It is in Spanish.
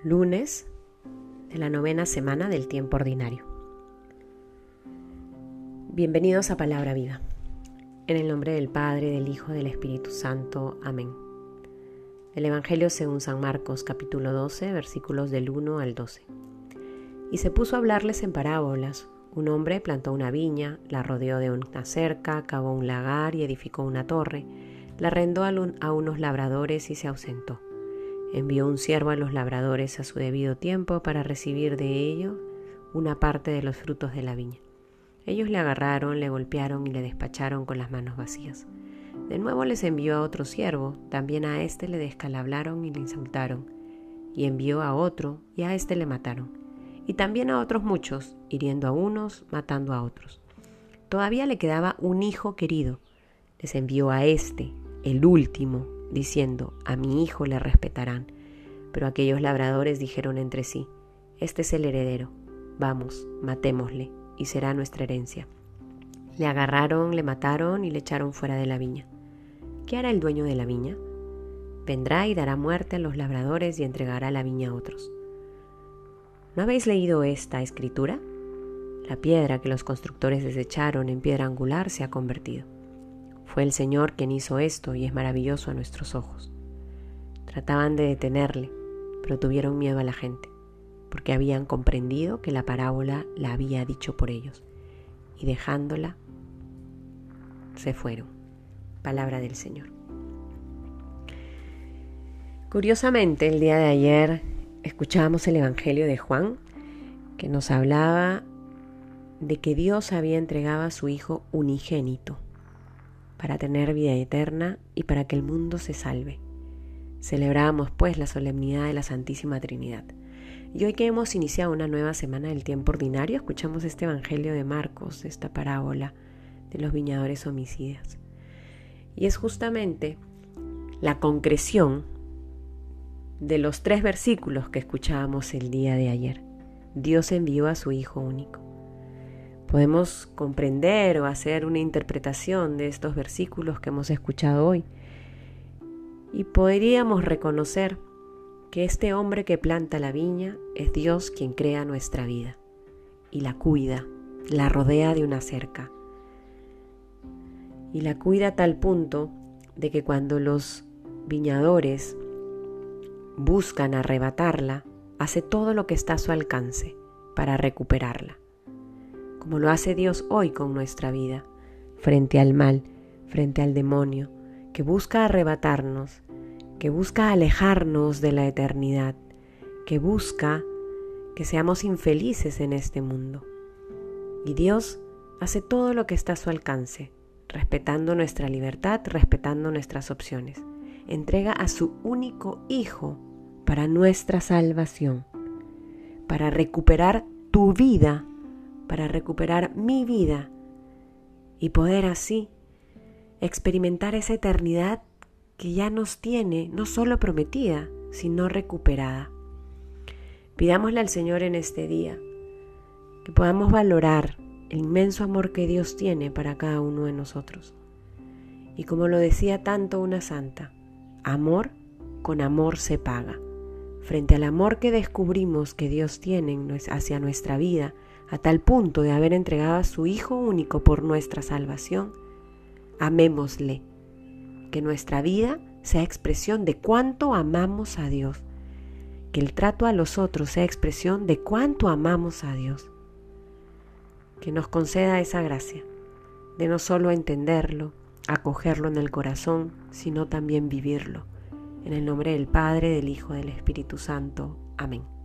Lunes de la 9ª semana del tiempo ordinario. Bienvenidos a Palabra Viva. En el nombre del Padre, del Hijo, del Espíritu Santo. Amén. El Evangelio según San Marcos, capítulo 12, versículos del 1 al 12. Y se puso a hablarles en parábolas. Un hombre plantó una viña, la rodeó de una cerca, cavó un lagar y edificó una torre. La arrendó a unos labradores y se ausentó. Envió un siervo a los labradores a su debido tiempo para recibir de ello una parte de los frutos de la viña. Ellos le agarraron, le golpearon y le despacharon con las manos vacías. De nuevo les envió a otro siervo, también a éste le descalablaron y le insultaron. Y envió a otro, y a éste le mataron. Y también a otros muchos, hiriendo a unos, matando a otros. Todavía le quedaba un hijo querido. Les envió a éste, el último, diciendo: a mi hijo le respetarán. Pero aquellos labradores dijeron entre sí: este es el heredero, vamos, matémosle, y será nuestra herencia. Le agarraron, le mataron y le echaron fuera de la viña. ¿Qué hará el dueño de la viña? Vendrá y dará muerte a los labradores y entregará la viña a otros. ¿No habéis leído esta escritura? La piedra que los constructores desecharon en piedra angular se ha convertido. Fue el Señor quien hizo esto y es maravilloso a nuestros ojos. Trataban de detenerle, pero tuvieron miedo a la gente, porque habían comprendido que la parábola la había dicho por ellos, y dejándola, se fueron. Palabra del Señor. Curiosamente, el día de ayer escuchábamos el Evangelio de Juan, que nos hablaba de que Dios había entregado a su Hijo unigénito para tener vida eterna y para que el mundo se salve. Celebramos pues la solemnidad de la Santísima Trinidad. Y hoy que hemos iniciado una nueva semana del tiempo ordinario, escuchamos este Evangelio de Marcos, esta parábola de los viñadores homicidas. Y es justamente la concreción de los 3 versículos que escuchábamos el día de ayer. Dios envió a su Hijo único. Podemos comprender o hacer una interpretación de estos versículos que hemos escuchado hoy. Y podríamos reconocer que este hombre que planta la viña es Dios quien crea nuestra vida y la cuida, la rodea de una cerca. Y la cuida a tal punto de que cuando los viñadores buscan arrebatarla, hace todo lo que está a su alcance para recuperarla. Como lo hace Dios hoy con nuestra vida, frente al mal, frente al demonio, que busca arrebatarnos, que busca alejarnos de la eternidad, que busca que seamos infelices en este mundo. Y Dios hace todo lo que está a su alcance, respetando nuestra libertad, respetando nuestras opciones. Entrega a su único Hijo para nuestra salvación, para recuperar tu vida, para recuperar mi vida y poder así experimentar esa eternidad que ya nos tiene no solo prometida, sino recuperada. Pidámosle al Señor en este día que podamos valorar el inmenso amor que Dios tiene para cada uno de nosotros. Y como lo decía tanto una santa, amor con amor se paga. Frente al amor que descubrimos que Dios tiene hacia nuestra vida, a tal punto de haber entregado a su Hijo único por nuestra salvación, amémosle. Que nuestra vida sea expresión de cuánto amamos a Dios. Que el trato a los otros sea expresión de cuánto amamos a Dios. Que nos conceda esa gracia de no solo entenderlo, acogerlo en el corazón, sino también vivirlo. En el nombre del Padre, del Hijo, del Espíritu Santo. Amén.